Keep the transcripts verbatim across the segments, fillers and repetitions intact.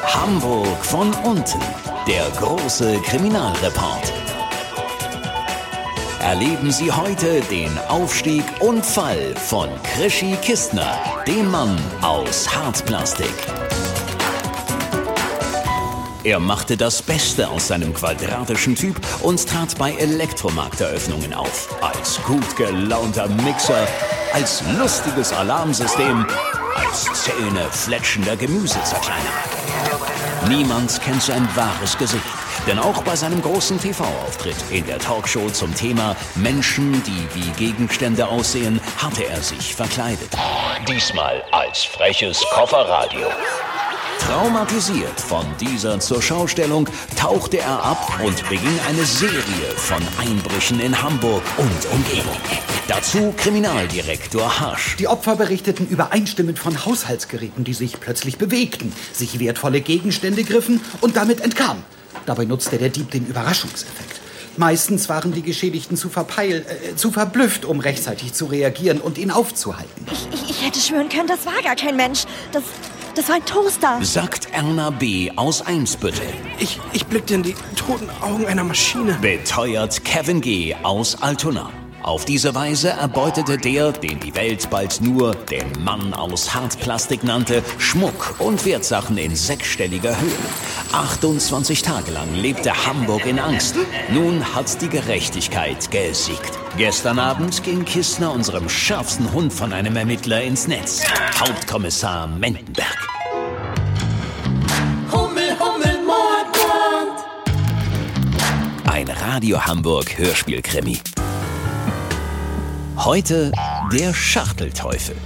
Hamburg von unten. Der große Kriminalreport. Erleben Sie heute den Aufstieg und Fall von Krischi Kistner, dem Mann aus Hartplastik. Er machte das Beste aus seinem quadratischen Typ und trat bei Elektromarkteröffnungen auf. Als gut gelaunter Mixer, als lustiges Alarmsystem, als zähnefletschender Gemüsezerkleiner. Niemand kennt sein wahres Gesicht, denn auch bei seinem großen T V-Auftritt in der Talkshow zum Thema Menschen, die wie Gegenstände aussehen, hatte er sich verkleidet. Diesmal als freches Kofferradio. Traumatisiert von dieser Zurschaustellung tauchte er ab und beging eine Serie von Einbrüchen in Hamburg und Umgebung. Dazu Kriminaldirektor Harsch. Die Opfer berichteten übereinstimmend von Haushaltsgeräten, die sich plötzlich bewegten, sich wertvolle Gegenstände griffen und damit entkamen. Dabei nutzte der Dieb den Überraschungseffekt. Meistens waren die Geschädigten zu verpeilt, äh, zu verblüfft, um rechtzeitig zu reagieren und ihn aufzuhalten. Ich, ich, ich hätte schwören können, das war gar kein Mensch. Das... Das war ein Toaster. Sagt Erna B. aus Eimsbüttel. Ich, ich blickte in die toten Augen einer Maschine. Beteuert Kevin G. aus Altona. Auf diese Weise erbeutete der, den die Welt bald nur den Mann aus Hartplastik nannte, Schmuck und Wertsachen in sechsstelliger Höhe. achtundzwanzig Tage lang lebte Hamburg in Angst. Nun hat die Gerechtigkeit gesiegt. Gestern Abend ging Kistner unserem schärfsten Hund von einem Ermittler ins Netz. Hauptkommissar Mendenberg. Hummel, Hummel, Mord, Mord. Ein Radio Hamburg Hörspielkrimi. Heute der Schachtelteufel.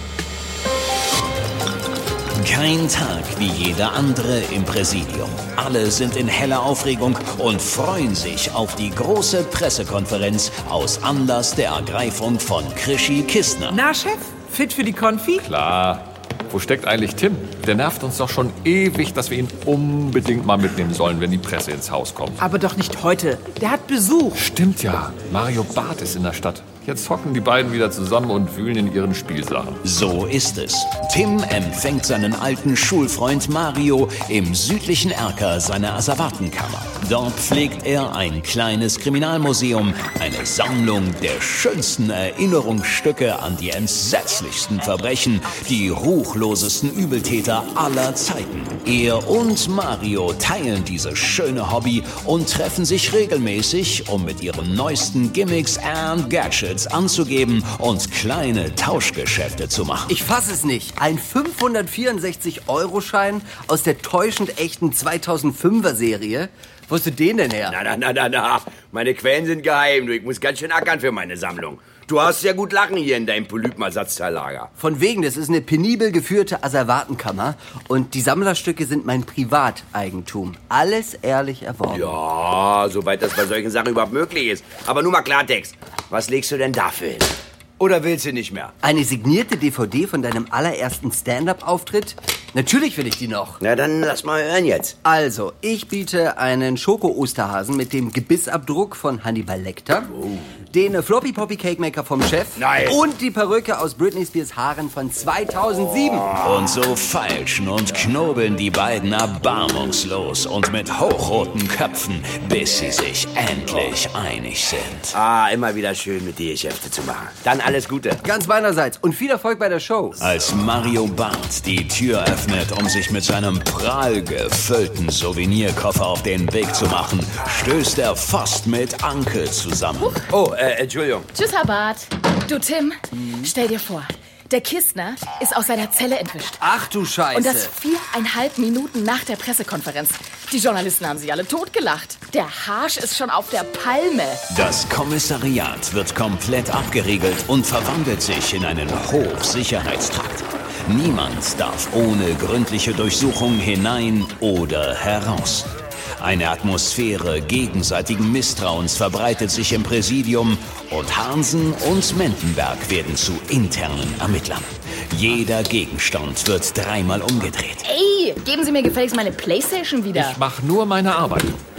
Kein Tag wie jeder andere im Präsidium. Alle sind in heller Aufregung und freuen sich auf die große Pressekonferenz aus Anlass der Ergreifung von Krischi Kistner. Na, Chef, fit für die Konfi? Klar. Wo steckt eigentlich Tim? Der nervt uns doch schon ewig, dass wir ihn unbedingt mal mitnehmen sollen, wenn die Presse ins Haus kommt. Aber doch nicht heute. Der hat Besuch. Stimmt ja. Mario Barth ist in der Stadt. Jetzt hocken die beiden wieder zusammen und wühlen in ihren Spielsachen. So ist es. Tim empfängt seinen alten Schulfreund Mario im südlichen Erker seiner Asservatenkammer. Dort pflegt er ein kleines Kriminalmuseum, eine Sammlung der schönsten Erinnerungsstücke an die entsetzlichsten Verbrechen, die ruchlosesten Übeltäter aller Zeiten. Er und Mario teilen dieses schöne Hobby und treffen sich regelmäßig, um mit ihren neuesten Gimmicks and Gadgets anzugeben und kleine Tauschgeschäfte zu machen. Ich fass es nicht. Ein fünfhundertvierundsechzig Euro Schein aus der täuschend echten zweitausendfünfer Serie. Wo hast du den denn her? Na, na, na, na, na. Meine Quellen sind geheim. Du, ich muss ganz schön ackern für meine Sammlung. Du hast ja gut lachen hier in deinem Polypenersatzteillager. Von wegen, das ist eine penibel geführte Asservatenkammer. Und die Sammlerstücke sind mein Privateigentum. Alles ehrlich erworben. Ja, soweit das bei solchen Sachen überhaupt möglich ist. Aber nur mal Klartext. Was legst du denn dafür hin? Oder willst du nicht mehr? Eine signierte D V D von deinem allerersten Stand-up-Auftritt? Natürlich will ich die noch. Na, dann lass mal hören jetzt. Also, ich biete einen Schoko-Osterhasen mit dem Gebissabdruck von Hannibal Lecter, oh. den Floppy Poppy Cake Maker vom Chef Nein. und die Perücke aus Britney Spears Haaren von zweitausendsieben. Oh. Und so feilschen und knobeln die beiden erbarmungslos und mit hochroten Köpfen, bis sie sich endlich einig sind. Ah, immer wieder schön mit dir Geschäfte zu machen. Dann alles Gute. Ganz meinerseits und viel Erfolg bei der Show. Als Mario Barth die Tür öffnet, um sich mit seinem prall gefüllten Souvenirkoffer auf den Weg zu machen, stößt er fast mit Anke zusammen. Huch. Oh, äh, Entschuldigung. Tschüss, Herr Barth. Du, Tim, mhm. stell dir vor, der Kistner ist aus seiner Zelle entwischt. Ach du Scheiße. Und das viereinhalb Minuten nach der Pressekonferenz. Die Journalisten haben sich alle totgelacht. Der Harsch ist schon auf der Palme. Das Kommissariat wird komplett abgeriegelt und verwandelt sich in einen Hochsicherheitstrakt. Niemand darf ohne gründliche Durchsuchung hinein oder heraus. Eine Atmosphäre gegenseitigen Misstrauens verbreitet sich im Präsidium und Hansen und Mendenberg werden zu internen Ermittlern. Jeder Gegenstand wird dreimal umgedreht. Ey, geben Sie mir gefälligst meine Playstation wieder. Ich mach nur meine Arbeit.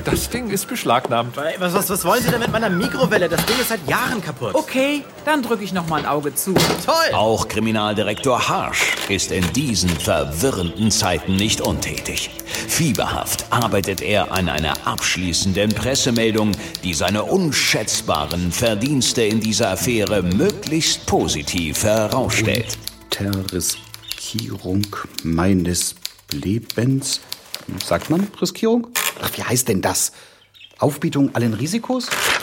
Das Ding ist beschlagnahmt. Was, was, was wollen Sie denn mit meiner Mikrowelle? Das Ding ist seit Jahren kaputt. Okay, dann drücke ich noch mal ein Auge zu. Toll! Auch Kriminaldirektor Harsch ist in diesen verwirrenden Zeiten nicht untätig. Fieberhaft arbeitet er an einer abschließenden Pressemeldung, die seine unschätzbaren Verdienste in dieser Affäre möglichst positiv herausstellt. Riskierung meines Lebens. Sagt man Riskierung? Ach, wie heißt denn das? Aufbietung allen Risikos?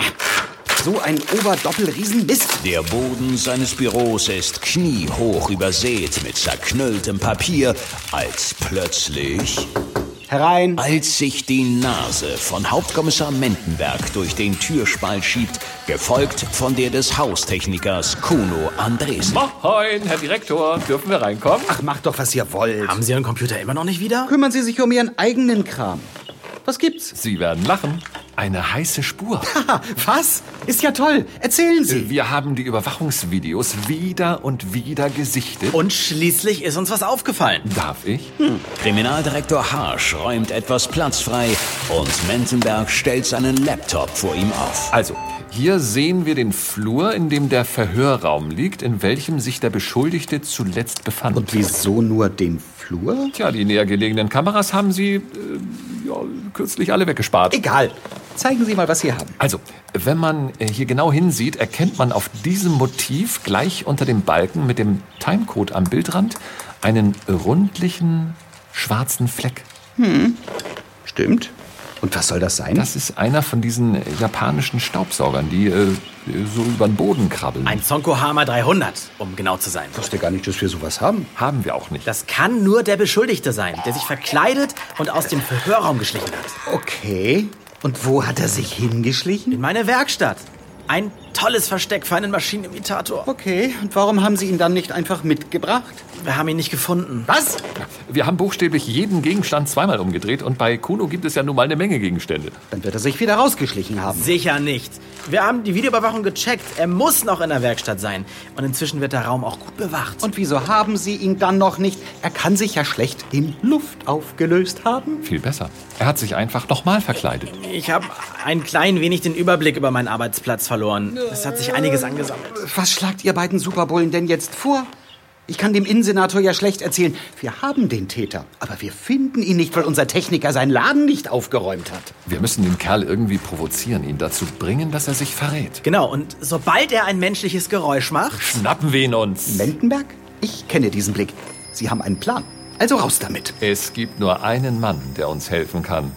So ein Oberdoppelriesenmist. Der Boden seines Büros ist kniehoch übersät mit zerknülltem Papier, als plötzlich... Herein. Als sich die Nase von Hauptkommissar Mendenberg durch den Türspalt schiebt, gefolgt von der des Haustechnikers Kuno Andresen. Moin, Herr Direktor, dürfen wir reinkommen? Ach, macht doch, was ihr wollt. Haben Sie Ihren Computer immer noch nicht wieder? Kümmern Sie sich um Ihren eigenen Kram. Was gibt's? Sie werden lachen. Eine heiße Spur. Haha, was? Ist ja toll. Erzählen Sie. Wir haben die Überwachungsvideos wieder und wieder gesichtet. Und schließlich ist uns was aufgefallen. Darf ich? Hm. Kriminaldirektor Harsch räumt etwas Platz frei und Mendenberg stellt seinen Laptop vor ihm auf. Also, hier sehen wir den Flur, in dem der Verhörraum liegt, in welchem sich der Beschuldigte zuletzt befand. Und wieso nur den Flur? Tja, die näher gelegenen Kameras haben Sie äh, ja, kürzlich alle weggespart. Egal. Zeigen Sie mal, was Sie haben. Also, wenn man hier genau hinsieht, erkennt man auf diesem Motiv gleich unter dem Balken mit dem Timecode am Bildrand einen rundlichen schwarzen Fleck. Hm, stimmt. Und was soll das sein? Das ist einer von diesen japanischen Staubsaugern, die äh, so über den Boden krabbeln. Ein Zonko Hama dreihundert, um genau zu sein. Ich wusste gar nicht, dass wir sowas haben. Haben wir auch nicht. Das kann nur der Beschuldigte sein, der sich verkleidet und aus dem Verhörraum geschlichen hat. Okay. Und wo hat er sich hingeschlichen? In meine Werkstatt. Ein tolles Versteck für einen Maschinenimitator. Okay, und warum haben Sie ihn dann nicht einfach mitgebracht? Wir haben ihn nicht gefunden. Was? Wir haben buchstäblich jeden Gegenstand zweimal umgedreht und bei Kuno gibt es ja nun mal eine Menge Gegenstände. Dann wird er sich wieder rausgeschlichen haben. Sicher nicht. Wir haben die Videoüberwachung gecheckt. Er muss noch in der Werkstatt sein. Und inzwischen wird der Raum auch gut bewacht. Und wieso haben Sie ihn dann noch nicht? Er kann sich ja schlecht in Luft aufgelöst haben. Viel besser. Er hat sich einfach nochmal verkleidet. Ich habe ein klein wenig den Überblick über meinen Arbeitsplatz verloren. Es hat sich einiges angesammelt. Was schlagt ihr beiden Superbullen denn jetzt vor? Ich kann dem Innensenator ja schlecht erzählen, wir haben den Täter, aber wir finden ihn nicht, weil unser Techniker seinen Laden nicht aufgeräumt hat. Wir müssen den Kerl irgendwie provozieren, ihn dazu bringen, dass er sich verrät. Genau, und sobald er ein menschliches Geräusch macht... Schnappen wir ihn uns. Mendenberg? Ich kenne diesen Blick. Sie haben einen Plan. Also raus damit. Es gibt nur einen Mann, der uns helfen kann.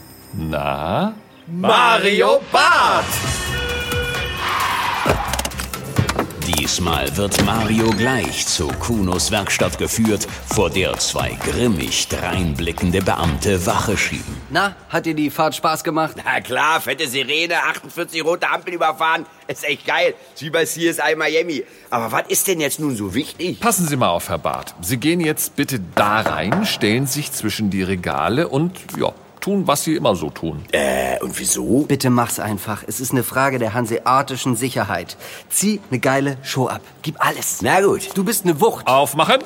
Na? Mario Barth! Diesmal wird Mario gleich zu Kunos Werkstatt geführt, vor der zwei grimmig dreinblickende Beamte Wache schieben. Na, hat dir die Fahrt Spaß gemacht? Na klar, fette Sirene, achtundvierzig rote Ampeln überfahren. Ist echt geil. Ist wie bei C S I Miami. Aber was ist denn jetzt nun so wichtig? Passen Sie mal auf, Herr Barth. Sie gehen jetzt bitte da rein, stellen sich zwischen die Regale und, ja, tun, was Sie immer so tun. Äh, und wieso? Bitte mach's einfach. Es ist eine Frage der hanseatischen Sicherheit. Zieh eine geile Show ab. Gib alles. Na gut. Du bist eine Wucht. Aufmachen.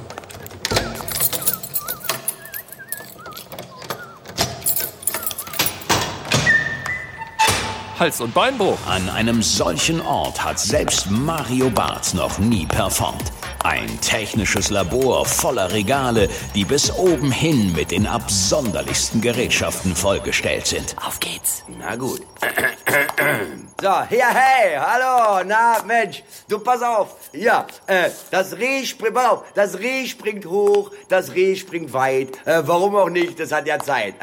Hals- und Beinbruch. An einem solchen Ort hat selbst Mario Barth noch nie performt. Ein technisches Labor voller Regale, die bis oben hin mit den absonderlichsten Gerätschaften vollgestellt sind. Auf geht's. Na gut. So, ja, hey, hallo, na, Mensch, du pass auf. Ja, äh, das Reh springt, pass auf, das Reh springt hoch, das Reh springt weit. Äh, warum auch nicht, das hat ja Zeit.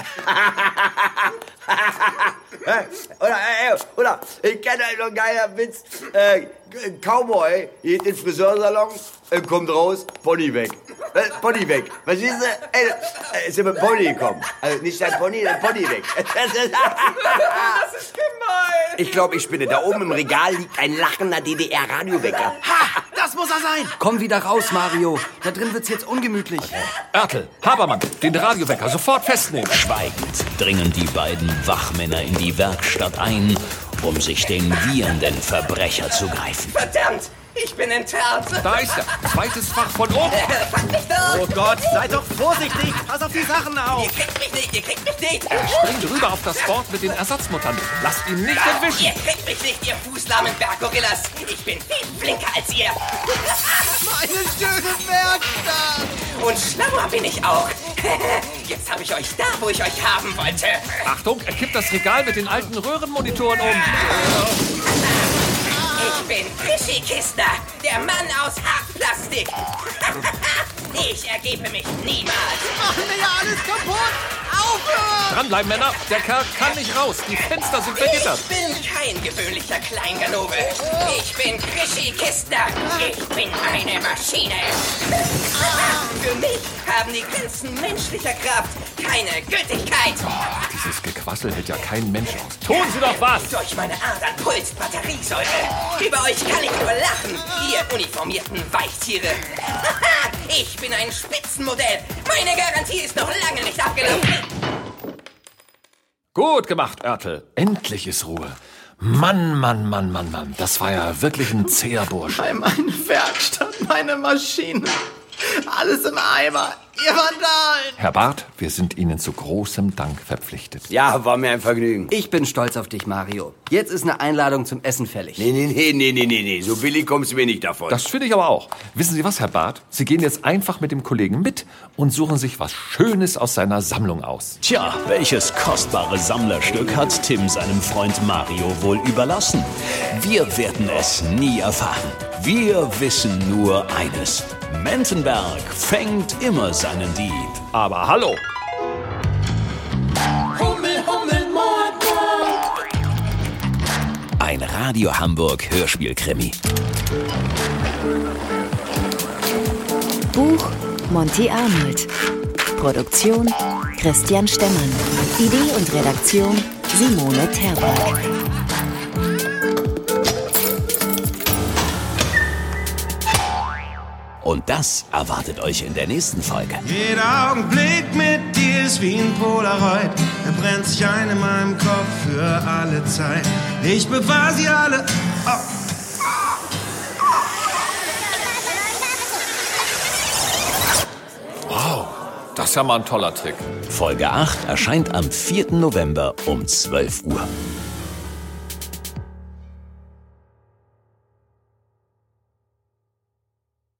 oder, äh, oder, ich kenne noch einen geiler Witz. Äh, Cowboy geht in den Friseursalon, äh, kommt raus, Pony weg. Äh, Pony weg. Verstehst du? Ey, äh, ist ja mit Pony gekommen. Also nicht dein Pony, dein Pony weg. Das ist, Das ist gemein. ich glaube, ich spinne. Da oben im Regal liegt ein lachender D D R-Radiowecker. Ha! Das muss er sein! Komm wieder raus, Mario. Da drin wird's jetzt ungemütlich. Ertel, Habermann, den Radiowecker sofort festnehmen. Schweigend dringen die beiden Wachmänner in die Werkstatt ein, um sich den wiehernden Verbrecher zu greifen. Verdammt! Ich bin enttarnt. Da ist er. Zweites Fach von oben. Fang mich doch. Oh Gott, seid doch vorsichtig. Pass auf die Sachen auf. Ihr kriegt mich nicht, ihr kriegt mich nicht. Er springt rüber auf das Board mit den Ersatzmutanten. Lasst ihn nicht entwischen. Ihr kriegt mich nicht, ihr fußlahmen Berggorillas. Ich bin viel flinker als ihr. Meine schöne Werkstatt. Und schlauer bin ich auch. Jetzt habe ich euch da, wo ich euch haben wollte. Achtung, er kippt das Regal mit den alten Röhrenmonitoren um. Ich bin Krischi Kistner, der Mann aus Hartplastik. Ich ergebe mich niemals. Machen wir ja alles kaputt. Aufhören! Dranbleiben, Männer. Der Kerl kann nicht raus. Die Fenster sind vergittert. Ich bin kein gewöhnlicher Kleinganove. Ich bin Krischi Kistner. Ich bin eine Maschine. Für mich haben die Grenzen menschlicher Kraft keine Gültigkeit. Oh, dieses Gequassel hält ja kein Mensch aus. Tun Sie doch was! Durch meine Adern pulst Batteriesäure. Über euch kann ich nur lachen, ihr uniformierten Weichtiere. Ich bin ein Spitzenmodell. Meine Garantie ist noch lange nicht abgelaufen. Gut gemacht, Oertel. Endlich ist Ruhe. Mann, Mann, Mann, Mann, Mann. Das war ja wirklich ein zäher Bursche. Meine Werkstatt, meine Maschine. Alles im Eimer. Ihr Vandalen! Herr Barth, wir sind Ihnen zu großem Dank verpflichtet. Ja, war mir ein Vergnügen. Ich bin stolz auf dich, Mario. Jetzt ist eine Einladung zum Essen fällig. Nee, nee, nee, nee, nee, nee, nee. So billig kommst du mir nicht davon. Das finde ich aber auch. Wissen Sie was, Herr Barth? Sie gehen jetzt einfach mit dem Kollegen mit und suchen sich was Schönes aus seiner Sammlung aus. Tja, welches kostbare Sammlerstück hat Tim seinem Freund Mario wohl überlassen? Wir werden es nie erfahren. Wir wissen nur eines. Mentenberg fängt immer seinen Dieb. Aber hallo! Hummel, Hummel, Mord, Mord. Ein Radio Hamburg Hörspielkrimi. Buch Monty Arnold. Produktion Christian Stemmann. Idee und Redaktion Simone Terberg. Und das erwartet euch in der nächsten Folge. Jeder Augenblick mit dir ist wie ein Polaroid. Er brennt sich ein in meinem Kopf für alle Zeit. Ich bewahre sie alle. Oh. Wow, das ist ja mal ein toller Trick. Folge acht erscheint am vierten November um zwölf Uhr.